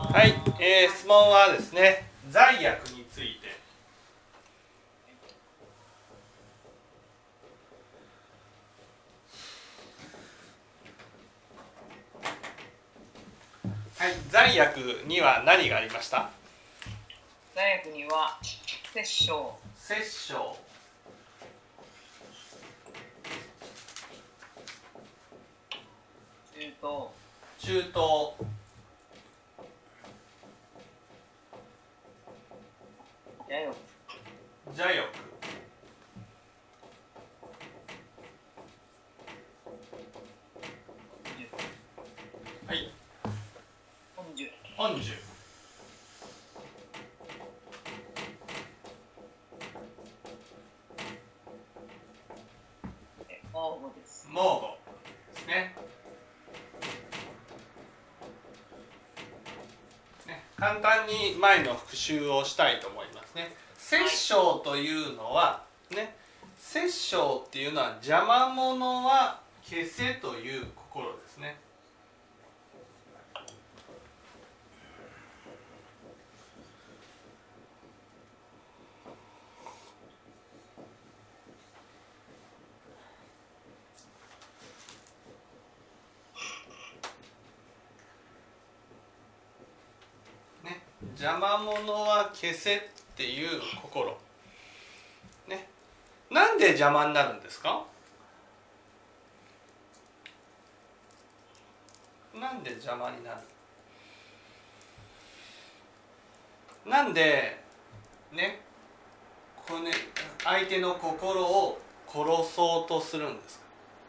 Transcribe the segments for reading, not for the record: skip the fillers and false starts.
はい、質問はですね、罪悪について。はい、罪悪には何がありました？ 罪悪には殺生、 中等、邪欲、はい、本樹、 盲目です。 盲語ですね。簡単に前の復習をしたいと思いますね。殺生というのはね、殺生っていうのは邪魔者は消せという心ですね。邪魔者は消せっていう心、ね、なんで邪魔になるんですか？なんで邪魔になる？なんでね、これね、相手の心を殺そうとするんですか？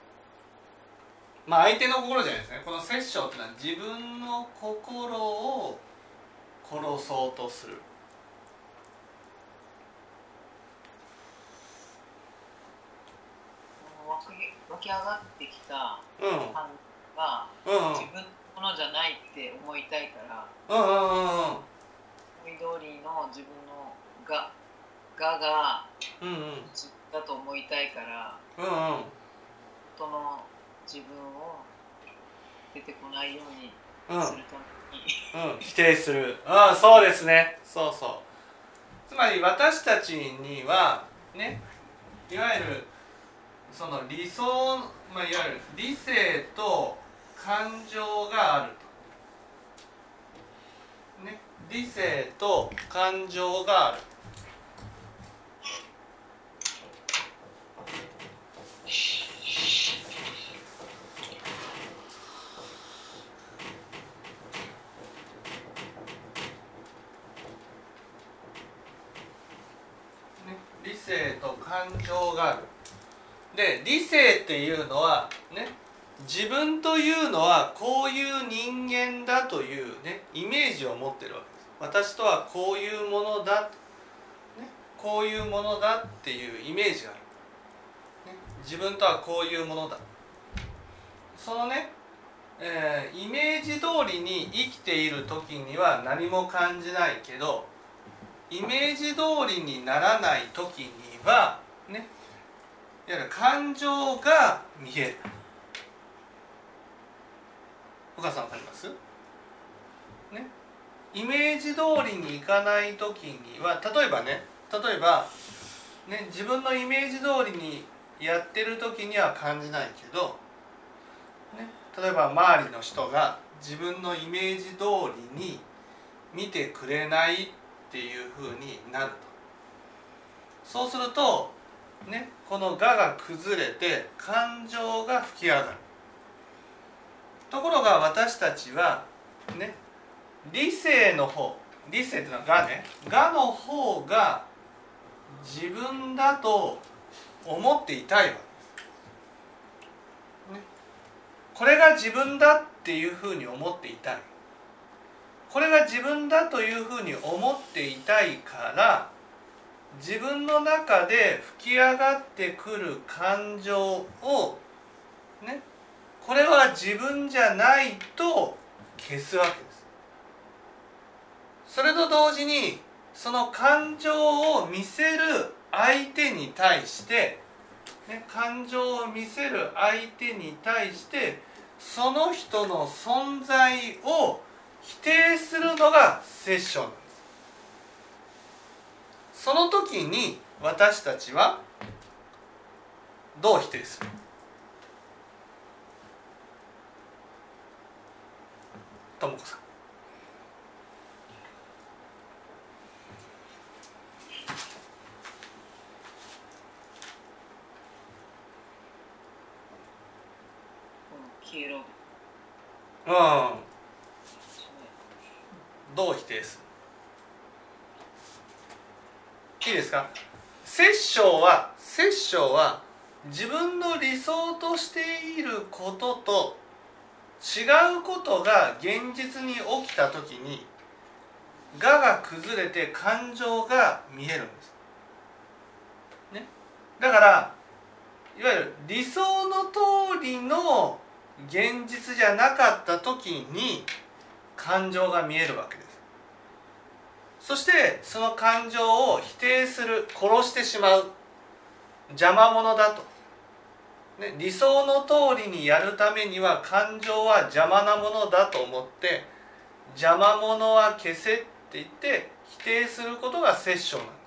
相手の心じゃないですね。この殺生っていうのは自分の心を殺そうとする。 湧き上がってきた感が、自分のものじゃないって思いたいから、思い通りの自分のが自分だと思いたいから、本当の自分を出てこないようにするために、 否定する。そうですね。そうそう。つまり私たちにはね、いわゆるその理想、いわゆる理性と感情があると、ね、理性と感情がある。理性と感情がある。で、理性っていうのはね、自分というのはこういう人間だというね、イメージを持ってるわけです。私とはこういうものだ、ね、こういうものだっていうイメージがある、ね、自分とはこういうものだ。そのね、イメージ通りに生きている時には何も感じないけど、イメージ通りにならない時にはね、いわゆる感情が見える。お母さん分かります？ね、イメージ通りにいかない時には、例えばね、自分のイメージ通りにやってる時には感じないけど、ね、例えば周りの人が自分のイメージ通りに見てくれないっていう風になると。そうするとね、この我が崩れて感情が吹き上がる。ところが私たちはね、理性の方、理性っていうのは我ね、我の方が自分だと思っていたいわけです、ね、これが自分だっていうふうに思っていたい。これが自分だというふうに思っていたいから、自分の中で吹き上がってくる感情をね、これは自分じゃないと消すわけです。それと同時にその感情を見せる相手に対して、ね、感情を見せる相手に対してその人の存在を否定するのが殺生なんです。その時に私たちはどう否定する？ともこさん。 消えろ。 どう否定する？いいですか？殺生は自分の理想としていることと違うことが現実に起きたときに我が崩れて感情が見えるんです、ね、だからいわゆる理想の通りの現実じゃなかったときに感情が見えるわけです。そしてその感情を否定する、殺してしまう、邪魔者だと、ね、理想の通りにやるためには感情は邪魔なものだと思って邪魔者は消せって言って否定することが殺生なんです、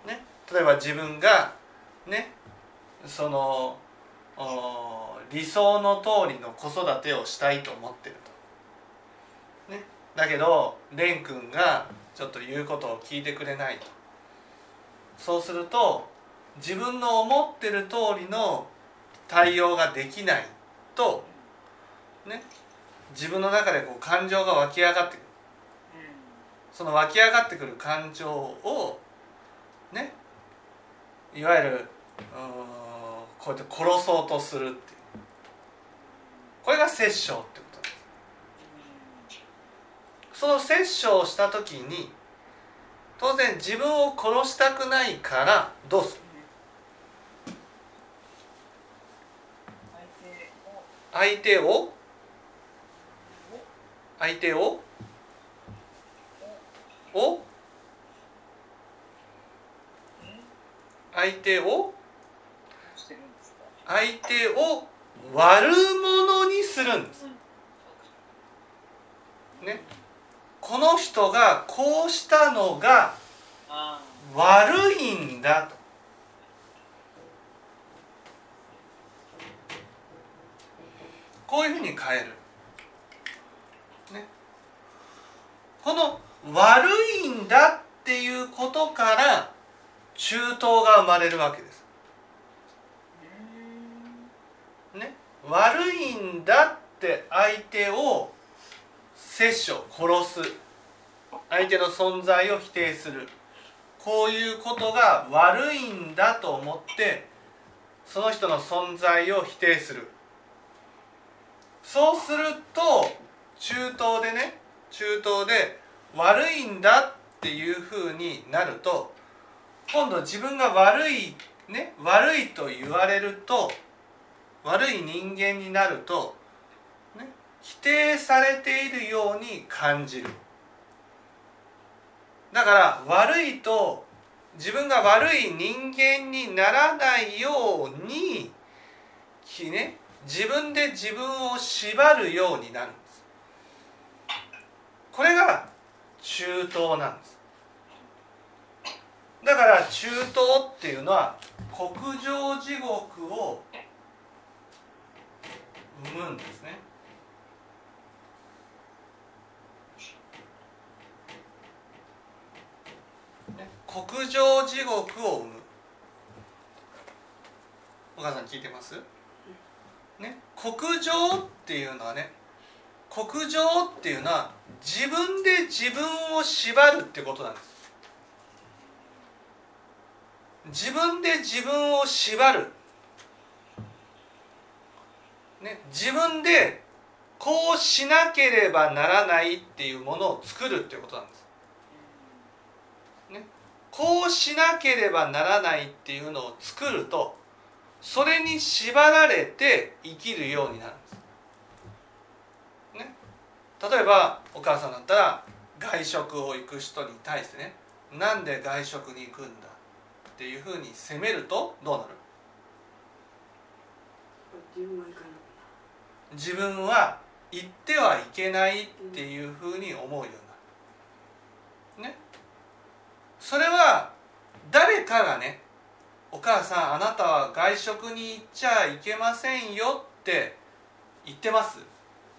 ね、例えば自分がねその理想の通りの子育てをしたいと思ってると、ね、だけど蓮くんがちょっと言うことを聞いてくれないと。そうすると自分の思ってる通りの対応ができないと、ね、自分の中でこう感情が湧き上がってくる。その湧き上がってくる感情をね、いわゆるこうやって殺そうとするっていう、これが殺生ってことです。その殺生をした時に当然自分を殺したくないからどうする？相手を相手を悪者にするんです、ね、この人がこうしたのが悪いんだと。こういうふうに変える、ね、この悪いんだっていうことから中東が生まれるわけです、ね、悪いんだって相手を殺生、殺す、相手の存在を否定する、こういうことが悪いんだと思ってその人の存在を否定する。そうすると中東で悪いんだっていうふうになると、今度自分が悪いと言われると、悪い人間になると、ね、否定されているように感じる。だから自分が悪い人間にならないように、自分で自分を縛るようになるんです。これが中東なんです。だから中東っていうのは国上地獄を生むんですね。国上地獄を生む。お母さん聞いてます？ね、国上っていうのは自分で自分を縛るってことなんです。自分で自分を縛る、ね、自分でこうしなければならないっていうものを作るっていうことなんです、ね、こうしなければならないっていうのを作るとそれに縛られて生きるようになるんです、ね、例えばお母さんだったら外食を行く人に対してね、なんで外食に行くんだっていうふうに責めるとどうなる？ 自分は行か自分は行ってはいけないっていうふうに思うようになる、ね、それは誰かがね、お母さんあなたは外食に行っちゃいけませんよって言ってます？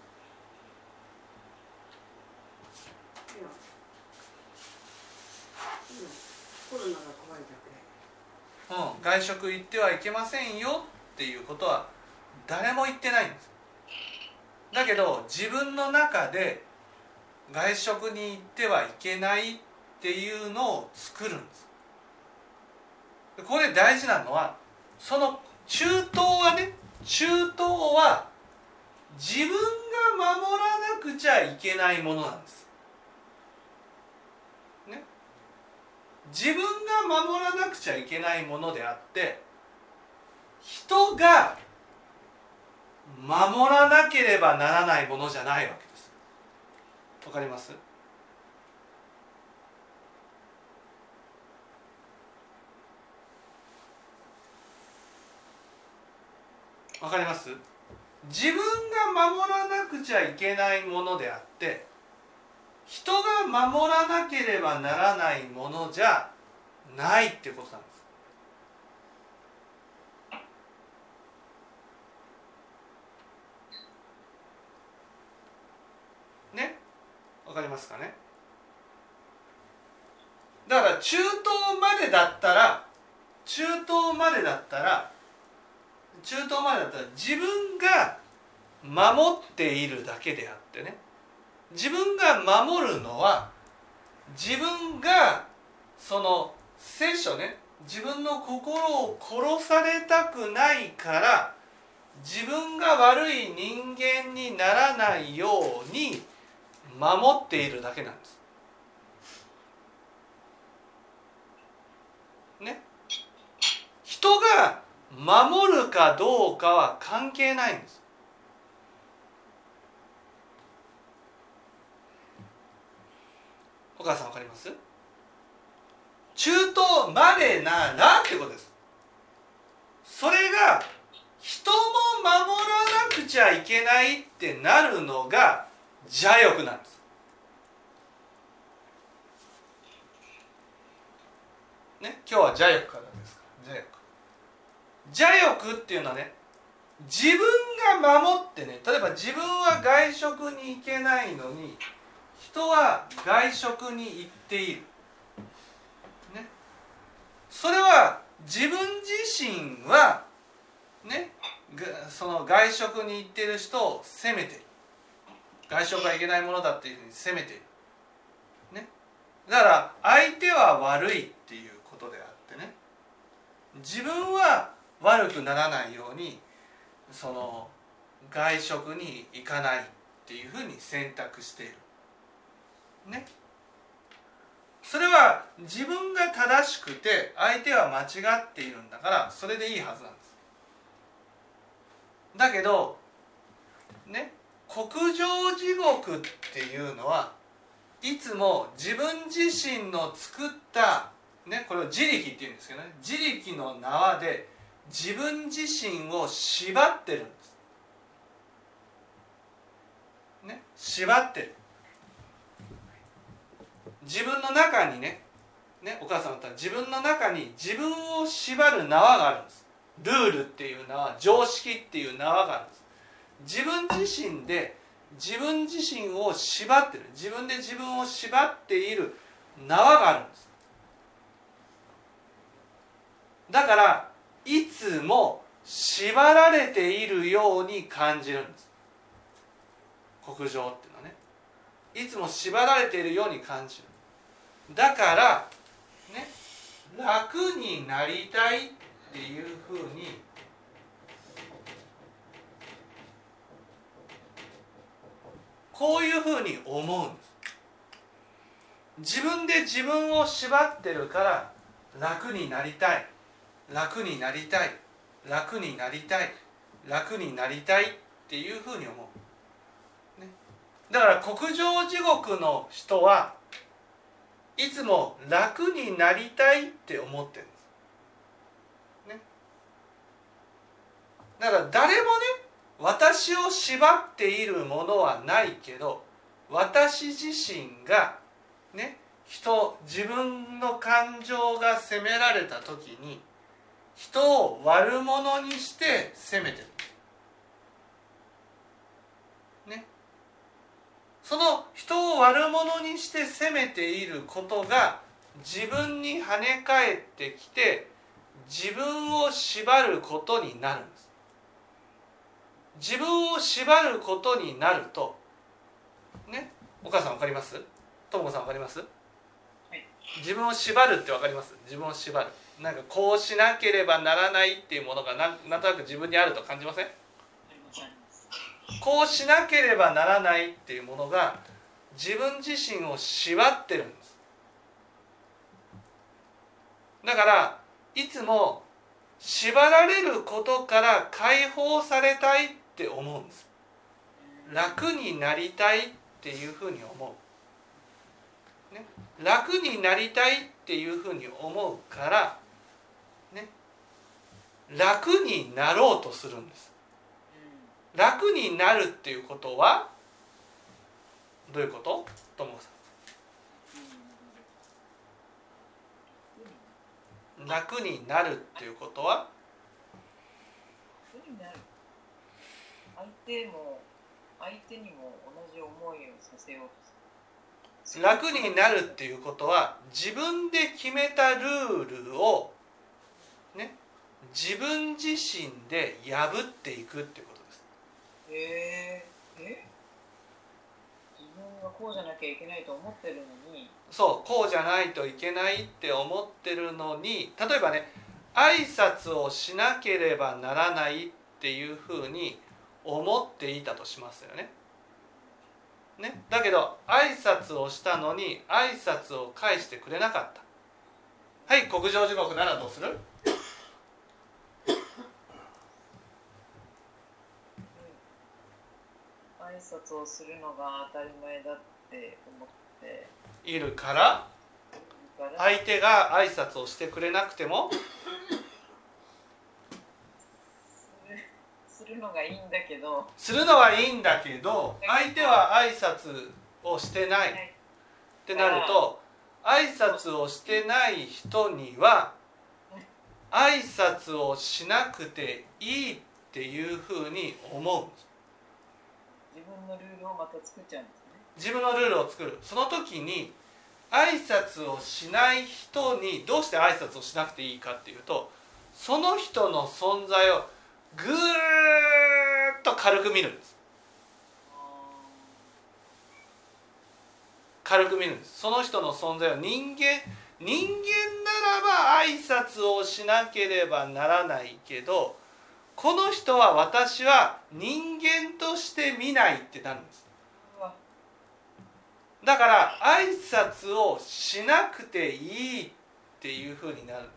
コロナが怖いだけ。外食行ってはいけませんよっていうことは誰も言ってないんです。だけど自分の中で外食に行ってはいけないっていうのを作るんです。これ大事なのは、その中東はね、中東は自分が守らなくちゃいけないものなんです、ね、自分が守らなくちゃいけないものであって、人が守らなければならないものじゃないわけです。わかります？わかります？自分が守らなくちゃいけないものであって、人が守らなければならないものじゃないってことなんです。ね、わかりますかね？だから中東までだったら自分が守っているだけであってね、自分が守るのは自分がその聖書ね、自分の心を殺されたくないから自分が悪い人間にならないように守っているだけなんですね。人が守るかどうかは関係ないんです。お母さんわかります？中東までならってことです。それが人も守らなくちゃいけないってなるのが邪欲なんです。ね、今日は邪欲からですから。邪欲っていうのはね、自分が守ってね、例えば自分は外食に行けないのに人は外食に行っている、ね、それは自分自身はね、その外食に行っている人を責めている。外食はいけないものだっていうふうに責めている、ね、だから相手は悪いっていうことであってね、自分は悪くならないようにその外食に行かないっていうふうに選択している、ね、それは自分が正しくて相手は間違っているんだからそれでいいはずなんです。だけどね、国上地獄っていうのはいつも自分自身の作ったね、これを自力っていうんですけどね、自力の縄で自分自身を縛ってるんです、ね、縛ってる。自分の中にね、お母さんだったら自分の中に自分を縛る縄があるんです。ルールっていう縄、常識っていう縄があるんです。自分自身で自分自身を縛ってる、自分で自分を縛っている縄があるんです。だからいつも縛られているように感じるんです。国情っていうのはね、いつも縛られているように感じる。だからね、楽になりたいっていうふうにこういうふうに思うんです。自分で自分を縛ってるから楽になりたい、楽になりたい、楽になりたい、楽になりたいっていうふうに思う、ね、だから国上地獄の人はいつも楽になりたいって思ってるんです、ね、だから誰もね、 私を縛っているものはないけど、私自身がね、自分の感情が責められた時に人を悪者にして責めてる、ね、その人を悪者にして責めていることが自分に跳ね返ってきて自分を縛ることになるんです。自分を縛ることになるとね、お母さん分かります？ともこさん分かります？自分を縛るって分かります？自分を縛る、なんかこうしなければならないっていうものがなんとなく自分にあると感じません？こうしなければならないっていうものが自分自身を縛ってるんです。だからいつも縛られることから解放されたいって思うんです。楽になりたいっていうふうに思う、ね、楽になりたいっていうふうに思うから、ね、楽になろうとするんです。楽になるっていうことはどういうこと？ともさん、楽になるっていうことは相手にも同じ思いをさせようとする。 楽になるっていうことは自分で決めたルールをね、自分自身で破っていくっていうことです。 自分はこうじゃなきゃいけないと思ってるのに、 そう、こうじゃないといけないって思ってるのに、例えばね、挨拶をしなければならないっていうふうに思っていたとしますよね。ね、だけど挨拶をしたのに挨拶を返してくれなかった。はい、国情地獄ならどうする？ 挨拶をするのが当たり前だって思っているから、相手が挨拶をしてくれなくてもするのがいいんだけど、 するのはいいんだけど、相手は挨拶をしてないってなると、挨拶をしてない人には挨拶をしなくていいっていうふうに思うんです。 自分のルールをまた作っちゃうんですね。 自分のルールを作る。その時に挨拶をしない人にどうして挨拶をしなくていいかっていうと、その人の存在をぐーっと軽く見るんです。軽く見るんです。その人の存在を人間ならば挨拶をしなければならないけど、この人は私は人間として見ないってなるんです。だから挨拶をしなくていいっていうふうになるんです。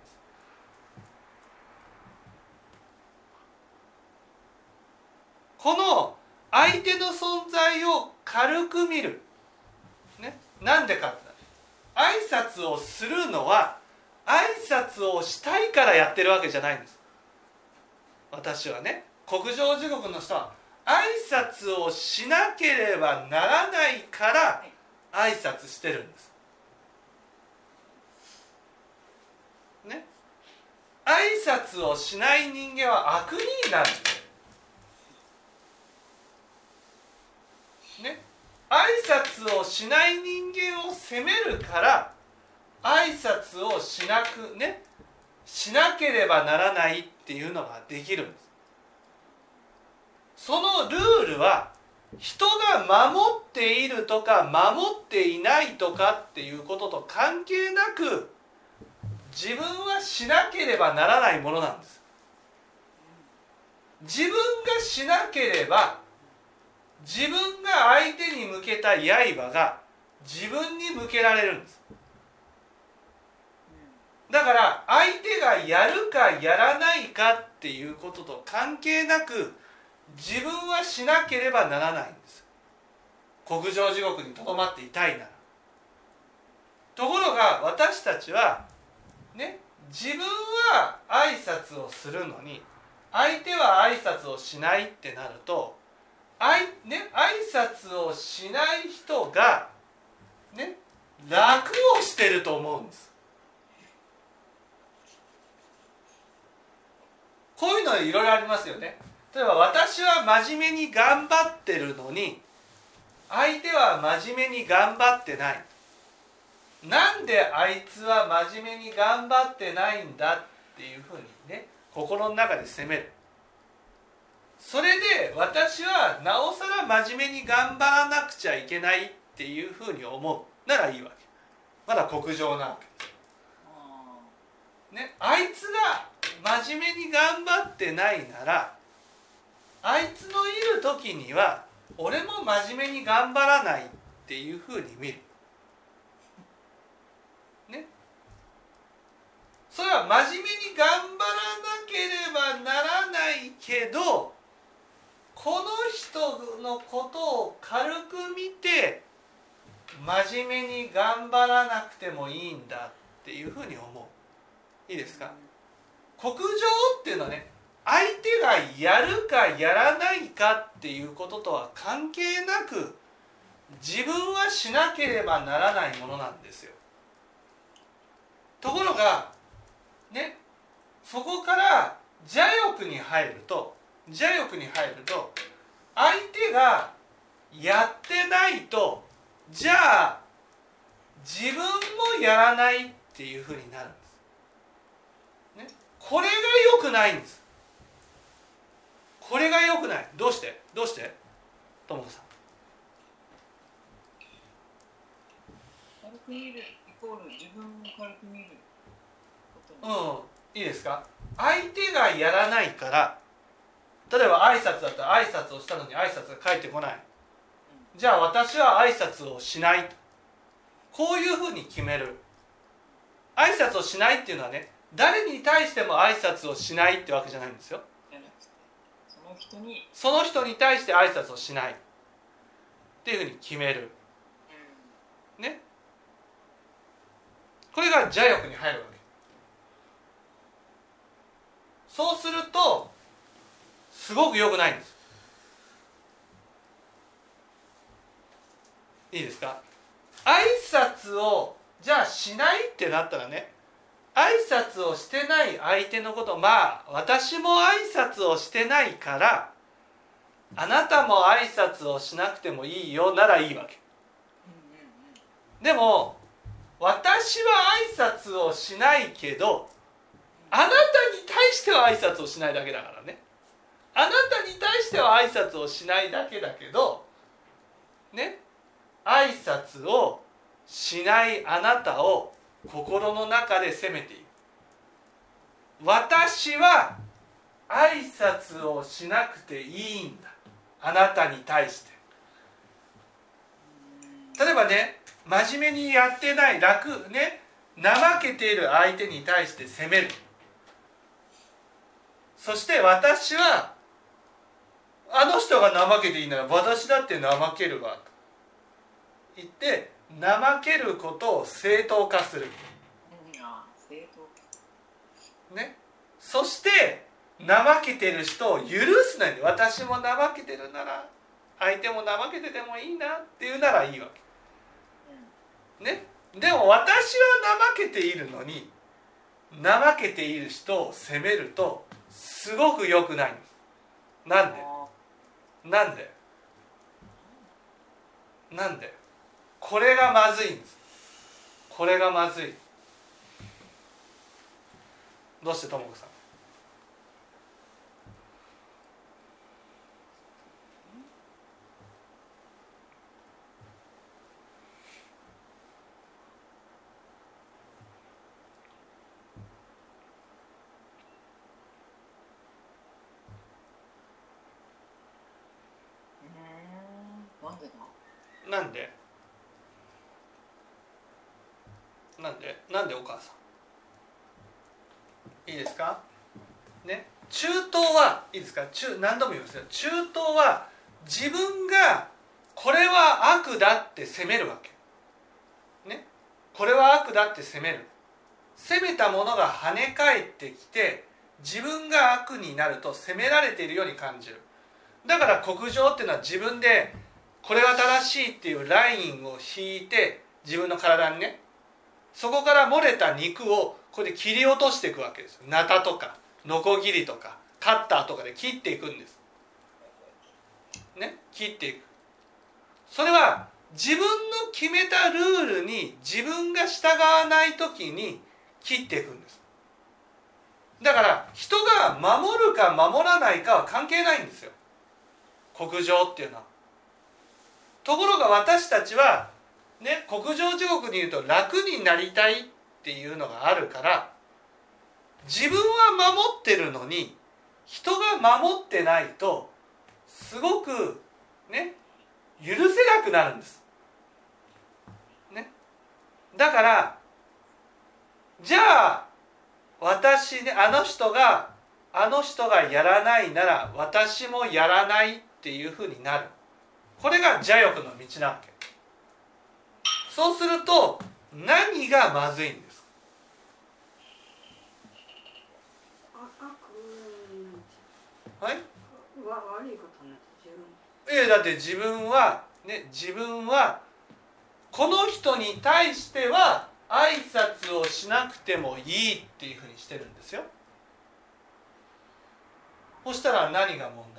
この相手の存在を軽く見る、ね、なんでかって挨拶をするのは挨拶をしたいからやってるわけじゃないんです。私はね、国情地獄の人は挨拶をしなければならないから挨拶してるんですね。挨拶をしない人間は悪人なんですね。挨拶をしない人間を責めるから挨拶をしなければならないっていうのができるんです。そのルールは人が守っているとか守っていないとかっていうことと関係なく自分はしなければならないものなんです。自分がしなければ自分が相手に向けた刃が自分に向けられるんです。だから相手がやるかやらないかっていうことと関係なく自分はしなければならないんです。国情地獄にとどまっていたいなら。ところが私たちはね、自分は挨拶をするのに相手は挨拶をしないってなると挨拶をしない人がね楽をしてると思うんです。こういうのいろいろありますよね。例えば私は真面目に頑張ってるのに相手は真面目に頑張ってない。なんであいつは真面目に頑張ってないんだっていうふうにね心の中で責める。それで私はなおさら真面目に頑張らなくちゃいけないっていうふうに思うならいいわけ。まだ国情なわけ、ね、あいつが真面目に頑張ってないならあいつのいる時には俺も真面目に頑張らないっていうふうに見る、ね、それは真面目に頑張らなければならないけどこの人のことを軽く見て真面目に頑張らなくてもいいんだっていうふうに思う。いいですか？国情っていうのはね相手がやるかやらないかっていうこととは関係なく自分はしなければならないものなんですよ。ところがねそこから邪欲に入ると相手がやってないとじゃあ自分もやらないっていうふうになるんです、ね、これが良くないんです。これが良くない。どうしてともこさん。 軽く見るイコール自分も軽く見ることに、いいですか。相手がやらないから例えば挨拶だったら挨拶をしたのに挨拶が返ってこない、じゃあ私は挨拶をしないとこういうふうに決める。挨拶をしないっていうのはね誰に対しても挨拶をしないってわけじゃないんですよ。その人に対して挨拶をしないっていうふうに決める、ね、これが邪欲に入るわけ。そうするとすごく良くないんです。いいですか。挨拶をじゃあしないってなったらね挨拶をしてない相手のこと私も挨拶をしてないからあなたも挨拶をしなくてもいいよならいいわけ。でも私は挨拶をしないけどあなたに対しては挨拶をしないだけだからね。あなたに対しては挨拶をしないだけだけどね挨拶をしないあなたを心の中で責めている。私は挨拶をしなくていいんだあなたに対して。例えばね真面目にやってない怠けている相手に対して責める。そして私はあの人が怠けていいなら私だって怠けるわと言って怠けることを正当化する、ね、そして怠けてる人を許すなり私も怠けてるなら相手も怠けててもいいなっていうならいいわけ、ね、でも私は怠けているのに怠けている人を責めるとすごく良くないんです。なんでこれがまずいんです。これがまずい。どうしてともこさん。なんでお母さん。いいですかね。中東はいいですか。何度も言いますよ。中東は自分がこれは悪だって責めるわけね。これは悪だって責める。責めたものが跳ね返ってきて自分が悪になると責められているように感じる。だから国情っていうのは自分でこれが正しいっていうラインを引いて、自分の体にね、そこから漏れた肉をこれで切り落としていくわけです。ナタとかノコギリとかカッターとかで切っていくんですね。切っていく。それは自分の決めたルールに自分が従わないときに切っていくんです。だから人が守るか守らないかは関係ないんですよ、国情っていうのは。ところが私たちはね、国情地獄にいると楽になりたいっていうのがあるから、自分は守ってるのに人が守ってないとすごくね、許せなくなるんです、ね、だからじゃあ私ね、あの人がやらないなら私もやらないっていうふうになる。これが邪欲の道なわけ。そうすると何がまずいんですか？はい？ 悪いことになってだって自分はこの人に対しては挨拶をしなくてもいいっていうふうにしてるんですよ。そしたら何が問題なんですか？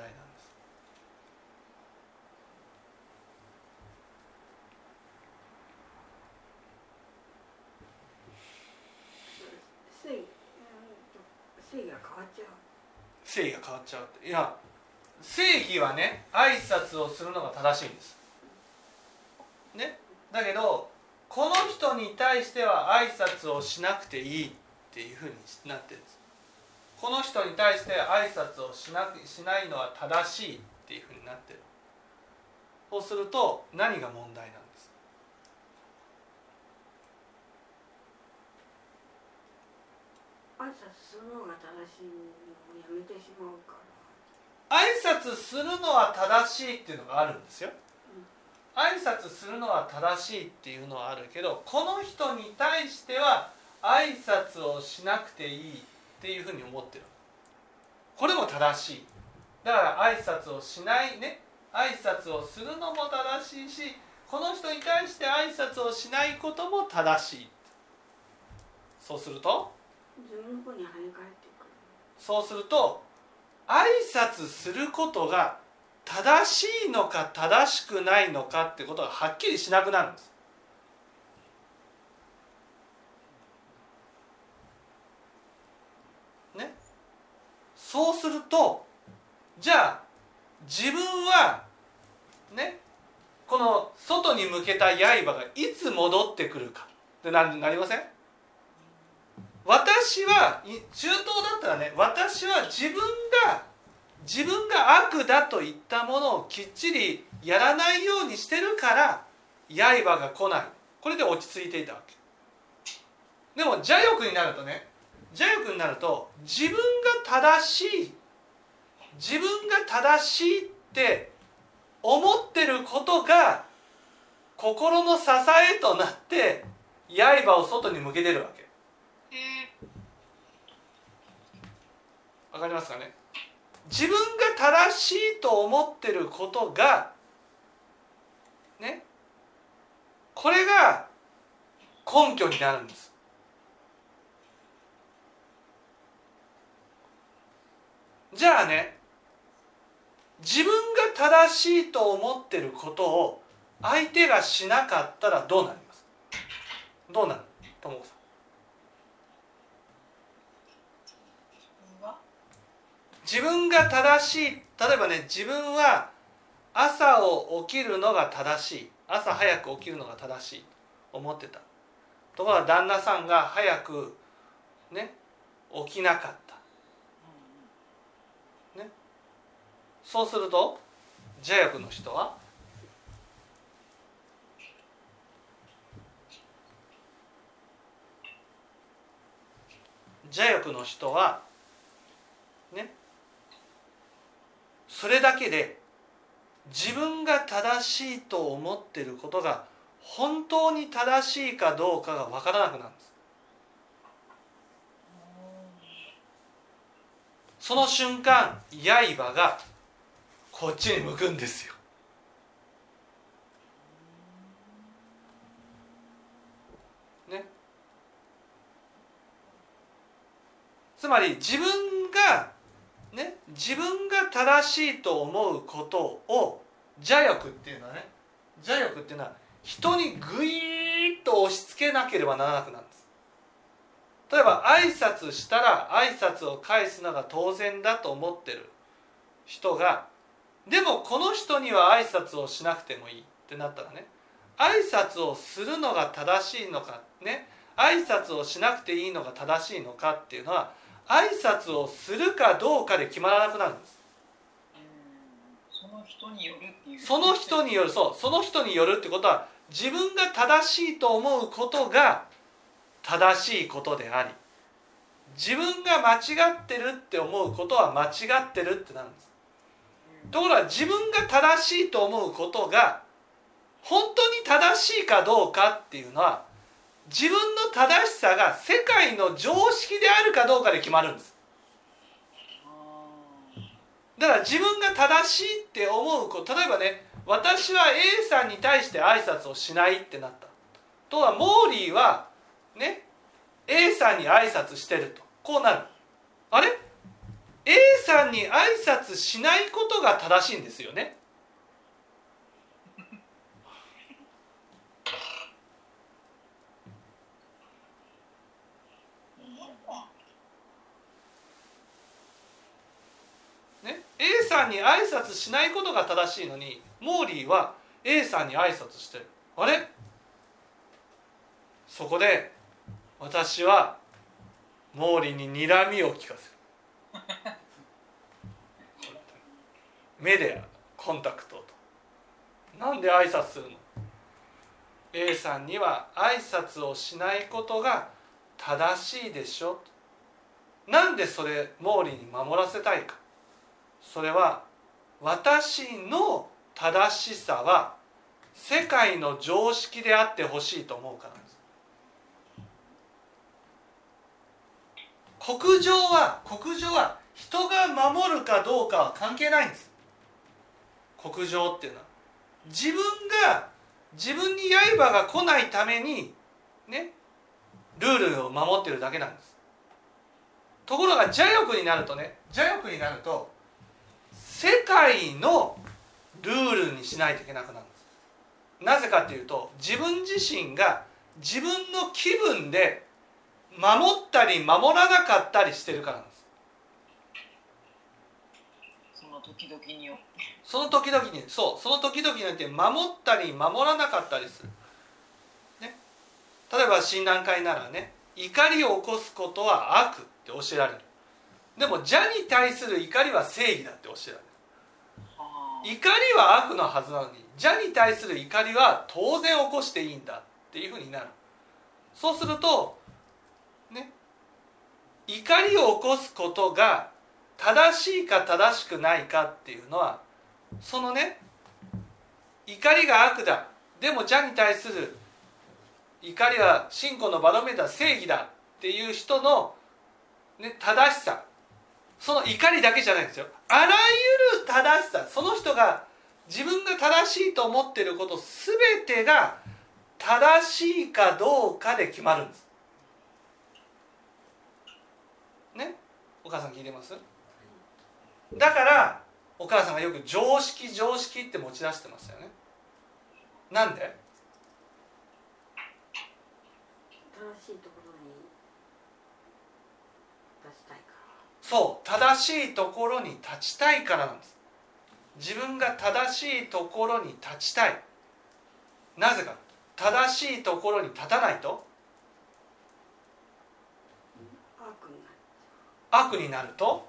正義が変わっちゃう。 正義が変わっちゃうって。いや、正義はね、挨拶をするのが正しいんですね。だけどこの人に対しては挨拶をしなくていいっていうふうになってるんです。この人に対して挨拶をしないのは正しいっていうふうになってる。そうすると何が問題なんですか？ 挨拶するのが正しいのをやめてしまうから。 挨拶するのは正しいっていうのがあるんですよ。挨拶するのは正しいっていうのはあるけど、この人に対しては挨拶をしなくていいっていうふうに思ってる。これも正しい。だから挨拶をしないね、挨拶をするのも正しいし、この人に対して挨拶をしないことも正しい。そうすると自分の方に跳ね返ってくる。 そうすると挨拶することが正しいのか正しくないのかってことがはっきりしなくなるんですね。そうするとじゃあ自分はね、この外に向けた刃がいつ戻ってくるかってなりません？私は中東だったらね、私は自分が悪だといったものをきっちりやらないようにしてるから刃が来ない。これで落ち着いていたわけ。でも邪欲になると自分が正しいって思ってることが心の支えとなって刃を外に向けてるわけ。わかりますかね？自分が正しいと思ってることがね、これが根拠になるんです。じゃあね、自分が正しいと思ってることを相手がしなかったらどうなります？どうなる？ともこさん。自分が正しい、例えばね、自分は朝を起きるのが正しい、朝早く起きるのが正しいと思ってた。ところが旦那さんが早くね起きなかった、ね、そうすると邪欲の人はね、それだけで自分が正しいと思っていることが本当に正しいかどうかが分からなくなるんです。 その瞬間刃がこっちに向くんですよ。ね、つまり自分が正しいと思うことを邪欲っていうのは人にグイーッと押し付けなければならなくなるんです。例えば挨拶したら挨拶を返すのが当然だと思ってる人が、でもこの人には挨拶をしなくてもいいってなったらね、挨拶をするのが正しいのかね、挨拶をしなくていいのが正しいのかっていうのは挨拶をするかどうかで決まらなくなるんです。 その人によるっていう。 その人による、そう、その人によるってことは自分が正しいと思うことが正しいことであり、自分が間違ってるって思うことは間違ってるってなるんです。ところが自分が正しいと思うことが本当に正しいかどうかっていうのは自分の正しさが世界の常識であるかどうかで決まるんです。だから自分が正しいって思うこと、例えばね、私は A さんに対して挨拶をしないってなったとは、モーリーはね A さんに挨拶してると、こうなる。あれ A さんに挨拶しないことが正しいんですよね。A さんに挨拶しないことが正しいのに、モーリーは A さんに挨拶してる。あれ？そこで私はモーリーに睨みを利かせる。目でコンタクトと。なんで挨拶するの？ A さんには挨拶をしないことが正しいでしょ。なんでそれモーリーに守らせたいか。それは私の正しさは世界の常識であってほしいと思うからです。国情は人が守るかどうかは関係ないんです。国情っていうのは自分に刃が来ないためにね、ルールを守ってるだけなんです。ところが邪欲になると世界のルールにしないといけなくなるんです。なぜかというと、自分自身が自分の気分で守ったり守らなかったりしてるからなんです。 その時々によってその時々によって守ったり守らなかったりする、ね、例えば親鸞会ならね、怒りを起こすことは悪って教えられる。でも邪に対する怒りは正義だって教えられる。怒りは悪のはずなのに邪に対する怒りは当然起こしていいんだっていうふうになる。そうするとね、怒りを起こすことが正しいか正しくないかっていうのは、そのね、怒りが悪だ、でも邪に対する怒りは信仰のバロメーター、正義だっていう人の、ね、正しさ、その怒りだけじゃないんですよ。あらゆる正しさ、その人が自分が正しいと思っていること全てが正しいかどうかで決まるんですね。お母さん聞いてます？だからお母さんがよく常識って持ち出してましたよね。なんで？ 正しいところに立ちたいから。 そう、正しいところに立ちたいからなんです。自分が正しいところに立ちたい。なぜか、正しいところに立たないと悪になると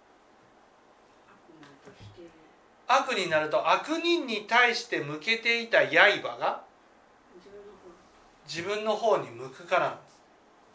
悪人に対して向けていた刃が自分の方に向くからなんです。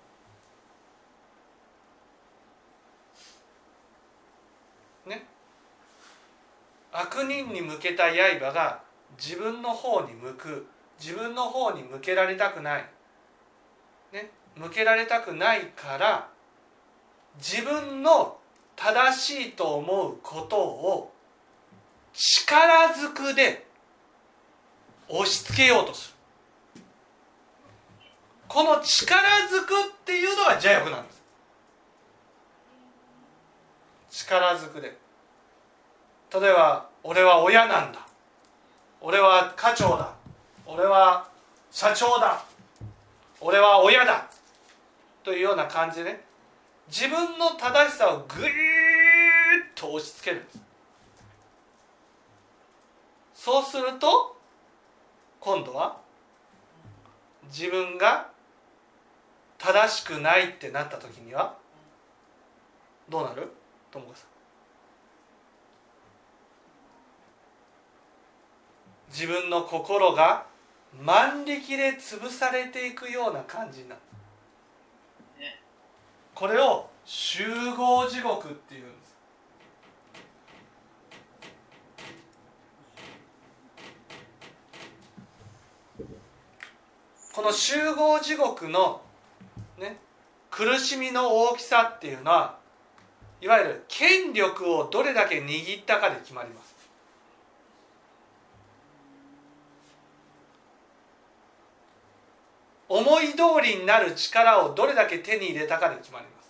ね、悪人に向けた刃が自分の方に向く、自分の方に向けられたくない、ね、向けられたくないから自分の正しいと思うことを力ずくで押し付けようとする。この力ずくっていうのが邪欲なんです。力ずくで、例えば俺は親なんだ、俺は課長だ、俺は社長だ、俺は親だというような感じでね、自分の正しさをぐいーっと押し付けるんです。そうすると今度は自分が正しくないってなった時にはどうなる？ともこさん、自分の心が万力で潰されていくような感じになる。これを集合地獄っていうんです。この集合地獄の、ね、苦しみの大きさっていうのは、いわゆる権力をどれだけ握ったかで決まります。思い通りになる力をどれだけ手に入れたかで決まります。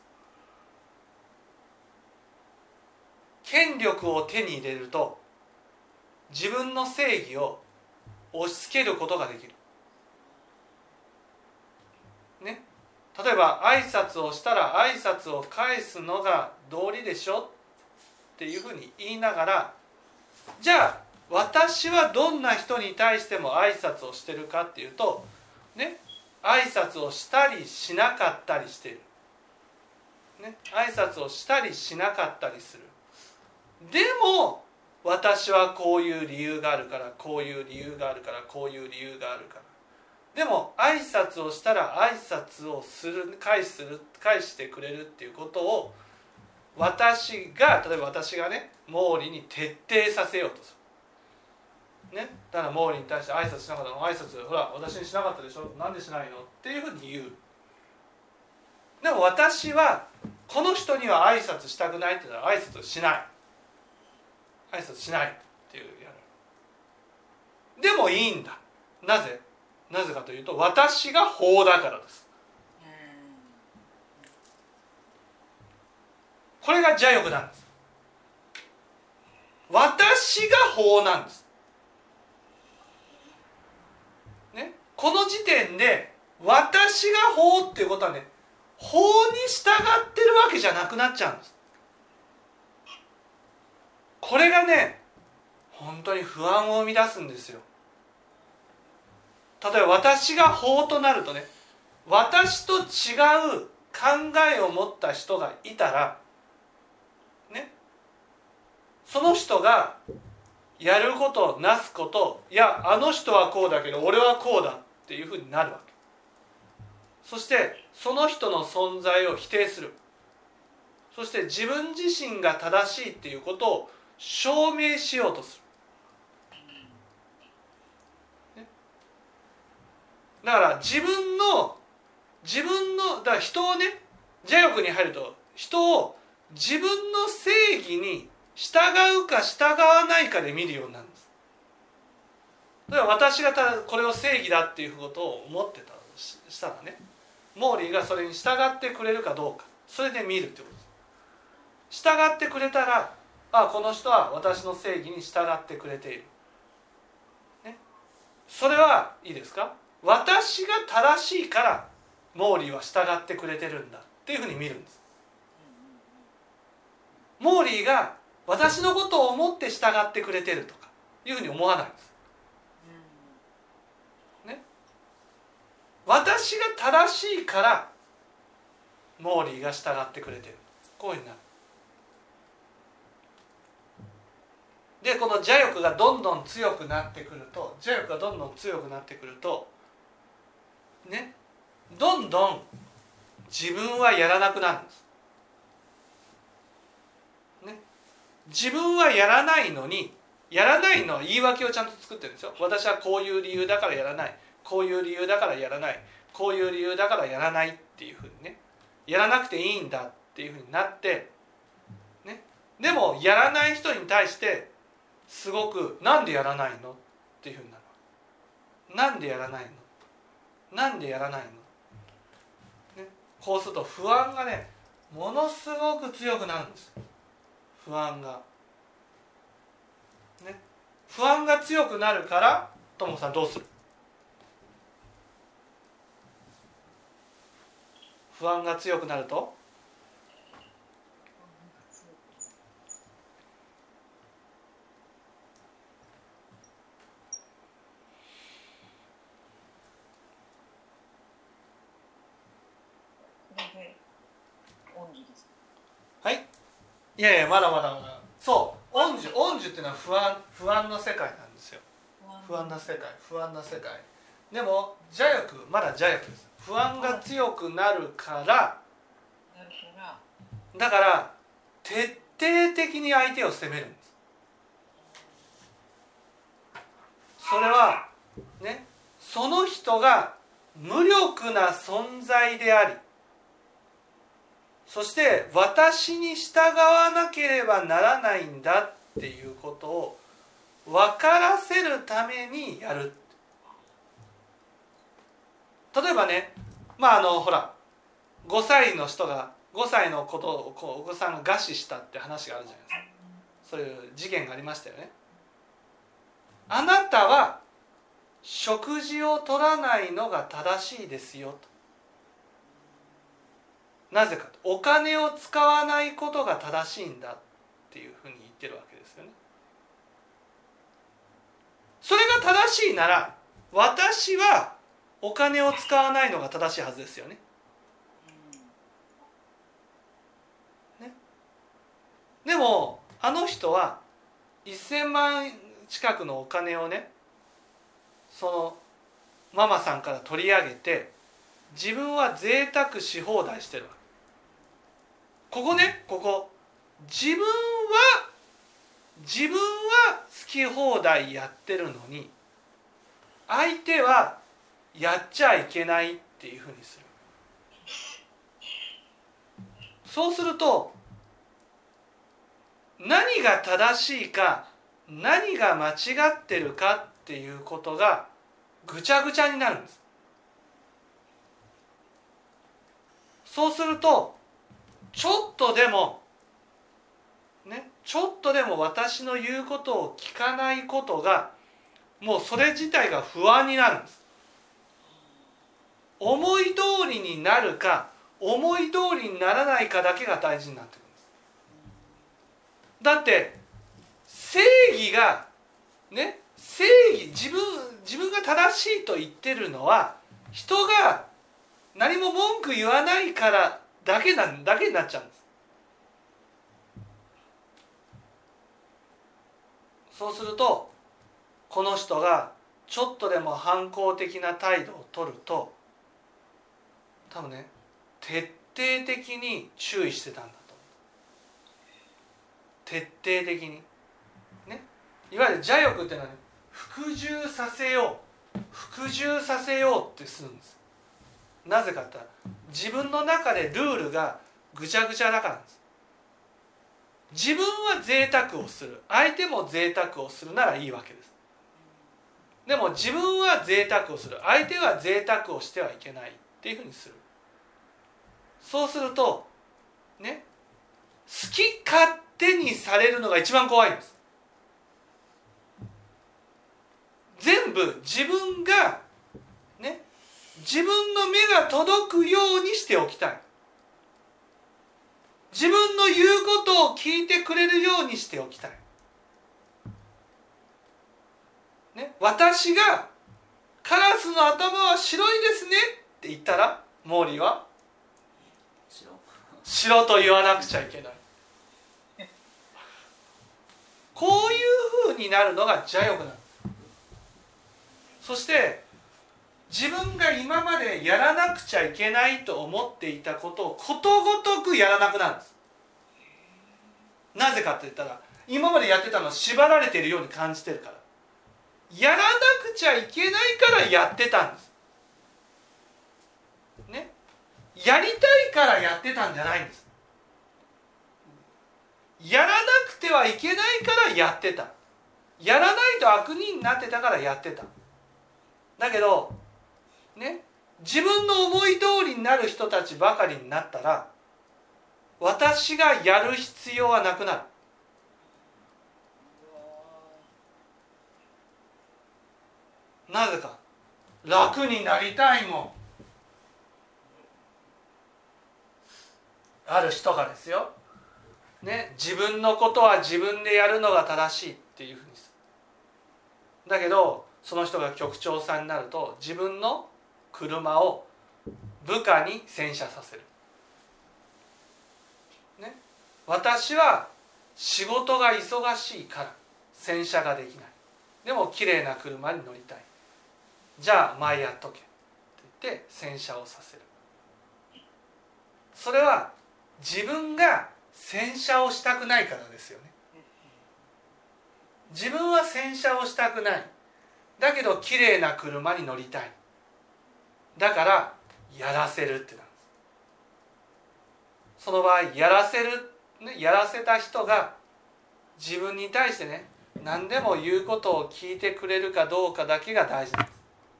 権力を手に入れると自分の正義を押し付けることができる、ね、例えば挨拶をしたら挨拶を返すのが道理でしょっていうふうに言いながら、じゃあ私はどんな人に対しても挨拶をしてるかっていうとね、挨拶をしたりしなかったりしている、ね、挨拶をしたりしなかったりする。でも私はこういう理由があるから、こういう理由があるから、こういう理由があるから。でも挨拶をしたら挨拶を返してくれるっていうことを例えば私がね毛利に徹底させようとする、ね、だから毛利に対して挨拶しなかったの、挨拶ほら私にしなかったでしょ、なんでしないのっていうふうに言う。でも私はこの人には挨拶したくないって言ったら挨拶しない、挨拶しないっていうやる。でもいいんだ。なぜかというと私が法だからです。これが邪欲なんです。私が法なんです、ね、この時点で私が法っていうことはね、法に従ってるわけじゃなくなっちゃうんです。これがね本当に不安を生み出すんですよ。例えば私が法となるとね、私と違う考えを持った人がいたらね、その人がやることなすこと、いやあの人はこうだけど俺はこうだっていうふうになるわけ。そしてその人の存在を否定する。そして自分自身が正しいっていうことを証明しようとする。だから自分のだから人をね、邪欲に入ると人を自分の正義に従うか従わないかで見るようになるんです。だから私がこれを正義だっていうことを思ってたしたらね、モーリーがそれに従ってくれるかどうか、それで見るってことです。従ってくれたら、あ、この人は私の正義に従ってくれている、ね、それはいいですか、私が正しいからモーリーは従ってくれてるんだっていうふうに見るんです。モーリーが私のことを思って従ってくれてるとかいうふうに思わないんです、ね、私が正しいからモーリーが従ってくれてる、こういうふうになる。でこの邪欲がどんどん強くなってくるとね、どんどん自分はやらなくなるんです、ね、自分はやらないのに、やらないのは言い訳をちゃんと作ってるんですよ。私はこういう理由だからやらない、こういう理由だからやらない、こういう理由だからやらないっていうふうにね、やらなくていいんだっていうふうになって、ね、 でもやらない人に対してすごくなんでやらないのっていうふうになる。なんでやらないの、なんでやらないの、ね、こうすると不安がねものすごく強くなるんです。不安が、ね、不安が強くなるからともさんどうする？不安が強くなるとはい、いやいやまだまだまだ、そう恩樹っていうのは不安の世界なんですよ。不安な世界、不安な世界。でも邪欲、まだ邪欲です。不安が強くなるからだから徹底的に相手を責めるんです。それはね、その人が無力な存在であり、そして私に従わなければならないんだっていうことを分からせるためにやる。例えばね、ほら5歳の人が5歳の子とお子さんが餓死したって話があるじゃないですか。そういう事件がありましたよね。あなたは食事を取らないのが正しいですよと。なぜかと、お金を使わないことが正しいんだっていうふうに言ってるわけですよね。それが正しいなら私はお金を使わないのが正しいはずですよね。でもあの人は1000万近くのお金をね、そのママさんから取り上げて自分は贅沢し放題してるわけ。ここ自分は好き放題やってるのに相手はやっちゃいけないっていうふうにする。そうすると何が正しいか何が間違ってるかっていうことがぐちゃぐちゃになるんです。そうするとちょっとでも私の言うことを聞かないことがもうそれ自体が不安になるんです。思い通りになるか思い通りにならないかだけが大事になってくるんです。だって正義がね、自分が正しいと言ってるのは人が何も文句言わないからだけになっちゃうんです。そうするとこの人がちょっとでも反抗的な態度を取ると多分ね徹底的に注意してたんだと思う。徹底的にね、いわゆる邪欲っていうのはね、服従させようってするんです。なぜかって言ったら自分の中でルールがぐちゃぐちゃだからなんです。自分は贅沢をする、相手も贅沢をするならいいわけです。でも自分は贅沢をする、相手は贅沢をしてはいけないっていうふうにする。そうするとね、好き勝手にされるのが一番怖いんです。全部自分がね、自分の目が届くようにしておきたい。自分の言うことを聞いてくれるようにしておきたい、ね、私がカラスの頭は白いですねって言ったらモーリーは白と言わなくちゃいけない。こういうふうになるのが邪欲なの。そして自分が今までやらなくちゃいけないと思っていたことをことごとくやらなくなるんです。なぜかって言ったら今までやってたのは縛られているように感じてるから、やらなくちゃいけないからやってたんですね。やりたいからやってたんじゃないんです。 やらなくてはいけないからやってた。やらないと悪人になってたからやってた。だけどね、自分の思い通りになる人たちばかりになったら、私がやる必要はなくなる。なぜか、楽になりたいもん。ある人がですよ、ね、自分のことは自分でやるのが正しいっていうふうにする。だけどその人が局長さんになると、自分の車を部下に洗車させる、ね、私は仕事が忙しいから洗車ができない。でも綺麗な車に乗りたい。じゃあ前やっとけって言って洗車をさせる。それは自分が洗車をしたくないからですよね。自分は洗車をしたくない。だけど綺麗な車に乗りたい。だからやらせるってなんです。その場合やらせる、ね、やらせた人が自分に対してね、何でも言うことを聞いてくれるかどうかだけが大事なんです。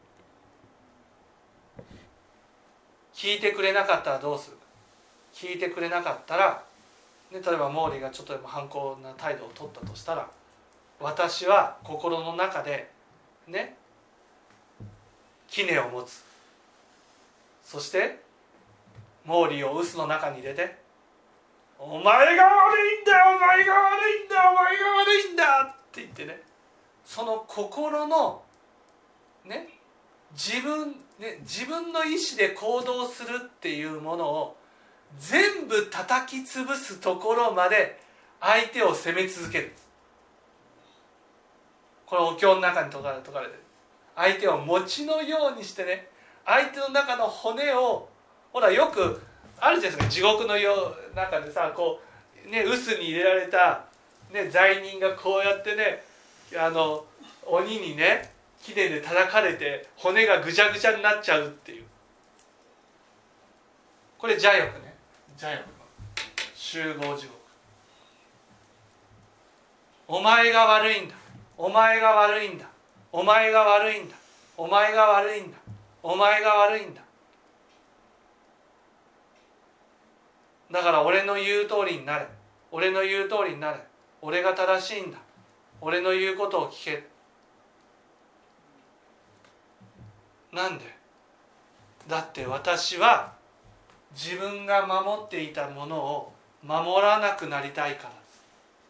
聞いてくれなかったらどうするか。聞いてくれなかったら、ね、例えば毛利がちょっとでも反抗な態度を取ったとしたら、私は心の中でね、杵を持つ。そして毛利を臼の中に入れて、お前が悪いんだ、お前が悪いんだ、お前が悪いんだって言ってね、その心のね、自分の意思で行動するっていうものを全部叩き潰すところまで相手を責め続ける。これお経の中に説かれてる。相手を餅のようにしてね、相手の中の骨を、ほらよくあるじゃないですか、地獄の中でさ、こうね、臼に入れられた、ね、罪人がこうやってね、鬼にね杵で叩かれて骨がぐちゃぐちゃになっちゃうっていう、これ邪欲ね、邪欲の集合地獄。お前が悪いんだ、お前が悪いんだ、お前が悪いんだ、お前が悪いんだ、お前が悪いんだ。だから俺の言う通りになれ、俺の言う通りになれ、俺が正しいんだ、俺の言うことを聞け。なんで？だって私は自分が守っていたものを守らなくなりたいからです。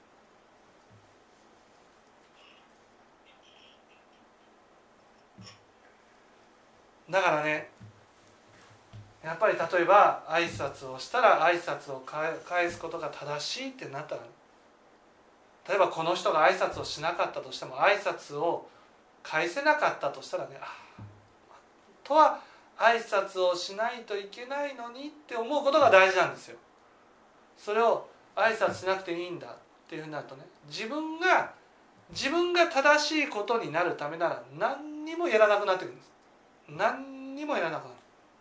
だからね、やっぱり例えば挨拶をしたら挨拶を返すことが正しいってなったら、例えばこの人が挨拶をしなかったとしても、挨拶を返せなかったとしたらね、とは挨拶をしないといけないのにって思うことが大事なんですよ。それを挨拶しなくていいんだっていうふうになるとね、自分が正しいことになるためなら何にもやらなくなってくるんです。何にもやらなくなる。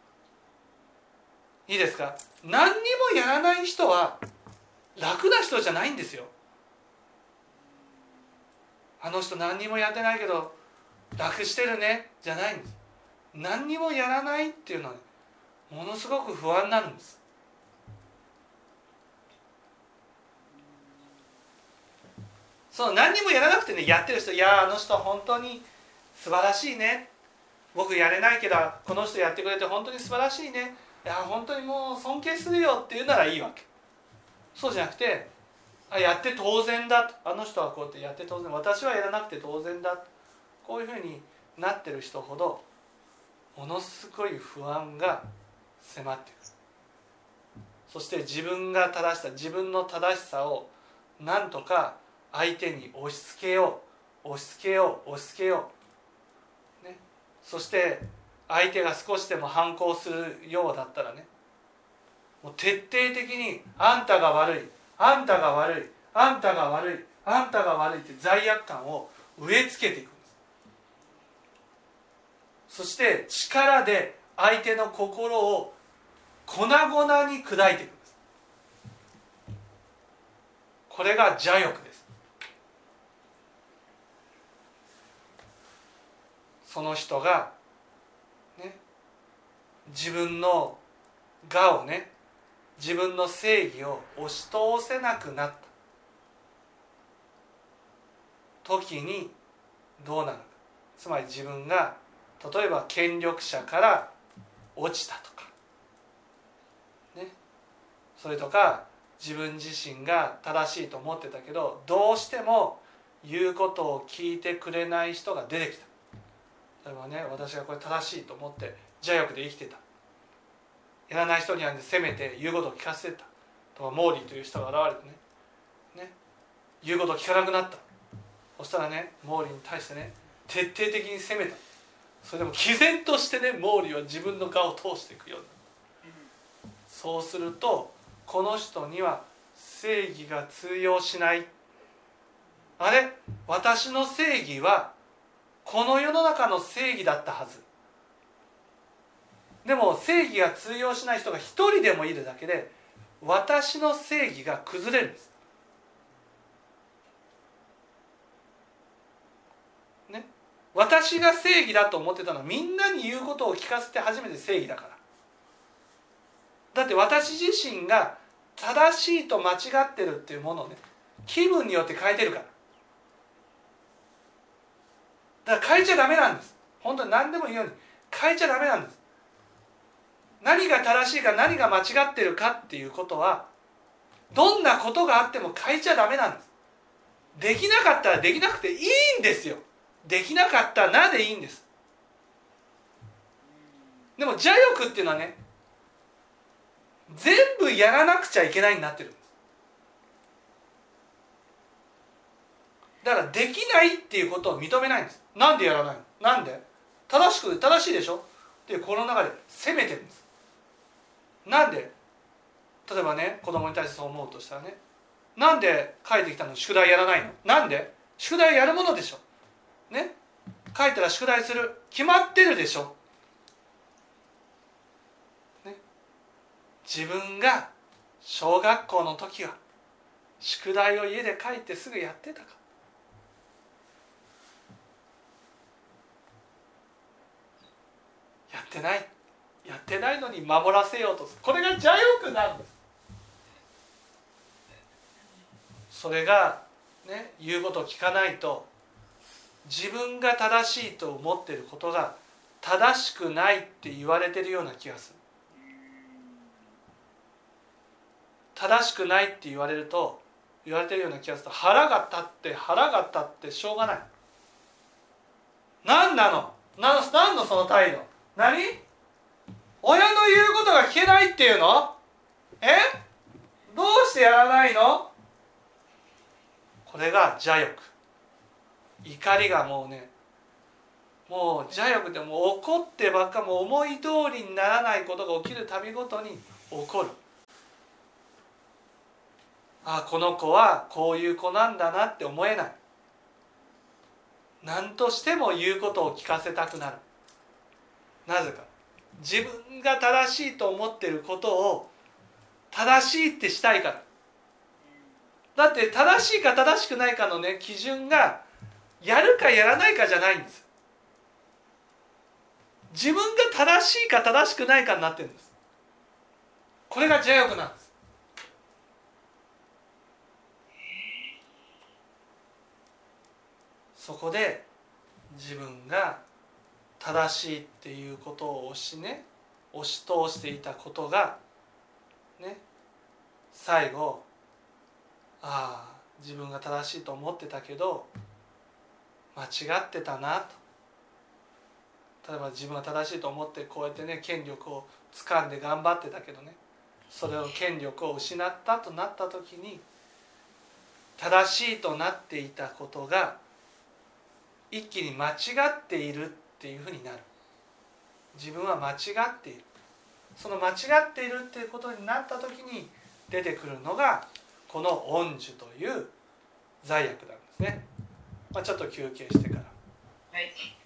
いいですか？何にもやらない人は楽な人じゃないんですよ。あの人何にもやってないけど楽してるねじゃないんです。何にもやらないっていうのは、ね、ものすごく不安になるんです。その何にもやらなくてね、やってる人、いやあの人本当に素晴らしいね、僕やれないけどこの人やってくれて本当に素晴らしいね、いや本当にもう尊敬するよっていうならいいわけ。そうじゃなくて、やって当然だと、あの人はこうやってやって当然、私はやらなくて当然だと、こういうふうになってる人ほどものすごい不安が迫ってくる。そして自分の正しさをなんとか相手に押し付けよう、ね、そして相手が少しでも反抗するようだったらね、もう徹底的にあんたが悪い、あんたが悪い、あんたが悪い、あんたが悪いって罪悪感を植え付けていくんです。そして力で相手の心を粉々に砕いていくんです。 これが邪欲です。その人が、ね、自分の我をね、自分の正義を押し通せなくなった時にどうなるか。つまり自分が例えば権力者から落ちたとか、ね、それとか自分自身が正しいと思ってたけどどうしても言うことを聞いてくれない人が出てきた。例えばね、私がこれ正しいと思って邪欲で生きてた、やらない人には責めて言うことを聞かせてたとか、モーリーという人が現れてね、言うことを聞かなくなった。そしたらね、モーリーに対してね徹底的に責めた。それでも毅然としてね、モーリーは自分の我を通していくようになった。そうするとこの人には正義が通用しない。あれ、私の正義はこの世の中の正義だったはず。でも正義が通用しない人が一人でもいるだけで私の正義が崩れるんです、ね、私が正義だと思ってたのはみんなに言うことを聞かせて初めて正義だから。だって私自身が正しいと間違ってるっていうものをね、気分によって変えてるから。だから変えちゃダメなんです。本当に何でもいいように変えちゃダメなんです。何が正しいか何が間違ってるかっていうことはどんなことがあっても変えちゃダメなんです。できなかったらできなくていいんですよ。できなかったらなでいいんです。でも邪欲っていうのはね、全部やらなくちゃいけないになってるんです。だからできないっていうことを認めないんです。なんでやらないの？なんで？正しいでしょってこの中で責めてるんです。なんで？例えばね、子供に対してそう思うとしたらね、なんで書いてきたのに宿題やらないの？なんで？宿題やるものでしょね、書いたら宿題する、決まってるでしょ、ね、自分が小学校の時は宿題を家で書いてすぐやってたか。やってないのに守らせようとする。これが邪欲なんです。それがね、言うことを聞かないと自分が正しいと思っていることが正しくないって言われてるような気がする。正しくないって言われてるような気がすると腹が立ってしょうがない。何なの？何のその態度？何？親の言うことが聞けないっていうの？どうしてやらないの？これが邪欲。怒りがもう邪欲でもう怒ってばっか、もう思い通りにならないことが起きるたびごとに怒る。あ、この子はこういう子なんだなって思えない。何としても言うことを聞かせたくなる。なぜか、自分が正しいと思っていることを正しいってしたいから。だって正しいか正しくないかのね、基準がやるかやらないかじゃないんです。自分が正しいか正しくないかになってるんです。これが邪欲なんです。そこで自分が正しいっていうことを押し通していたことがね、最後、自分が正しいと思ってたけど間違ってたなと。例えば自分が正しいと思ってこうやってね、権力を掴んで頑張ってたけどね、それを権力を失ったとなった時に正しいとなっていたことが一気に間違っているっていうふうになる。自分は間違っている。その間違っているっていうことになった時に出てくるのがこの恩樹という罪悪なんですね。ちょっと休憩してから。 はい。